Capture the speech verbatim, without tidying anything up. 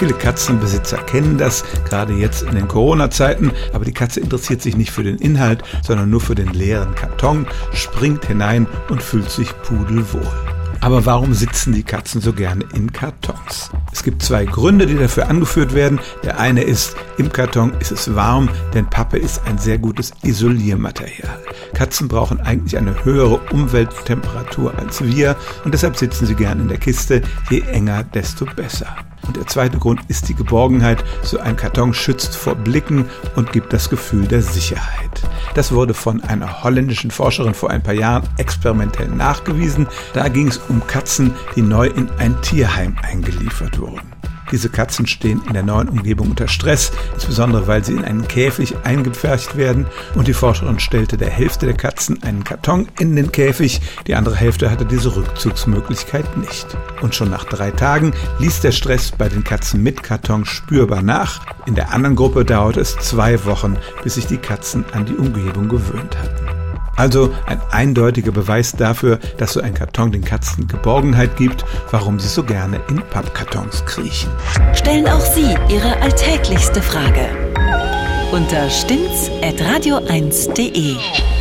Viele Katzenbesitzer kennen das, gerade jetzt in den Corona-Zeiten, aber die Katze interessiert sich nicht für den Inhalt, sondern nur für den leeren Karton, springt hinein und fühlt sich pudelwohl. Aber warum sitzen die Katzen so gerne in Kartons? Es gibt zwei Gründe, die dafür angeführt werden. Der eine ist, im Karton ist es warm, denn Pappe ist ein sehr gutes Isoliermaterial. Katzen brauchen eigentlich eine höhere Umwelttemperatur als wir und deshalb sitzen sie gerne in der Kiste. Je enger, desto besser. Und der zweite Grund ist die Geborgenheit. So ein Karton schützt vor Blicken und gibt das Gefühl der Sicherheit. Das wurde von einer holländischen Forscherin vor ein paar Jahren experimentell nachgewiesen. Da ging es um Katzen, die neu in ein Tierheim eingeliefert wurden. Diese Katzen stehen in der neuen Umgebung unter Stress, insbesondere weil sie in einen Käfig eingepfercht werden. Und die Forscherin stellte der Hälfte der Katzen einen Karton in den Käfig, die andere Hälfte hatte diese Rückzugsmöglichkeit nicht. Und schon nach drei Tagen ließ der Stress bei den Katzen mit Karton spürbar nach. In der anderen Gruppe dauerte es zwei Wochen, bis sich die Katzen an die Umgebung gewöhnt hatten. Also ein eindeutiger Beweis dafür, dass so ein Karton den Katzen Geborgenheit gibt, warum sie so gerne in Pappkartons kriechen. Stellen auch Sie Ihre alltäglichste Frage unter stimmt's at radio eins punkt de.